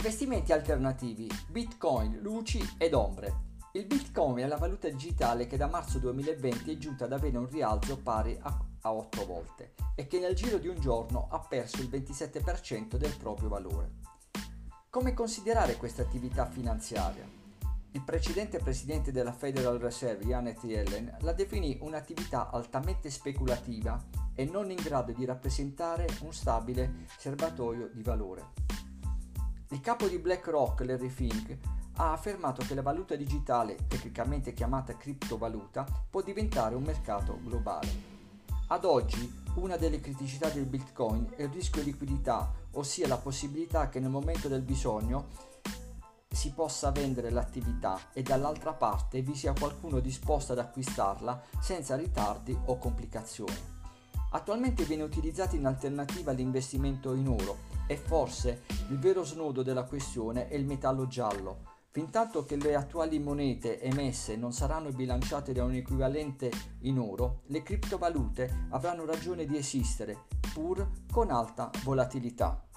Investimenti alternativi, Bitcoin, luci ed ombre. Il Bitcoin è la valuta digitale che da marzo 2020 è giunta ad avere un rialzo pari a 8 volte e che nel giro di un giorno ha perso il 27% del proprio valore. Come considerare questa attività finanziaria? Il precedente presidente della Federal Reserve, Janet Yellen, la definì un'attività altamente speculativa e non in grado di rappresentare un stabile serbatoio di valore. Il capo di BlackRock, Larry Fink, ha affermato che la valuta digitale, tecnicamente chiamata criptovaluta, può diventare un mercato globale. Ad oggi, una delle criticità del Bitcoin è il rischio liquidità, ossia la possibilità che nel momento del bisogno si possa vendere l'attività e dall'altra parte vi sia qualcuno disposto ad acquistarla senza ritardi o complicazioni. Attualmente viene utilizzato in alternativa all'investimento in oro e forse il vero snodo della questione è il metallo giallo. Fintanto che le attuali monete emesse non saranno bilanciate da un equivalente in oro, le criptovalute avranno ragione di esistere, pur con alta volatilità.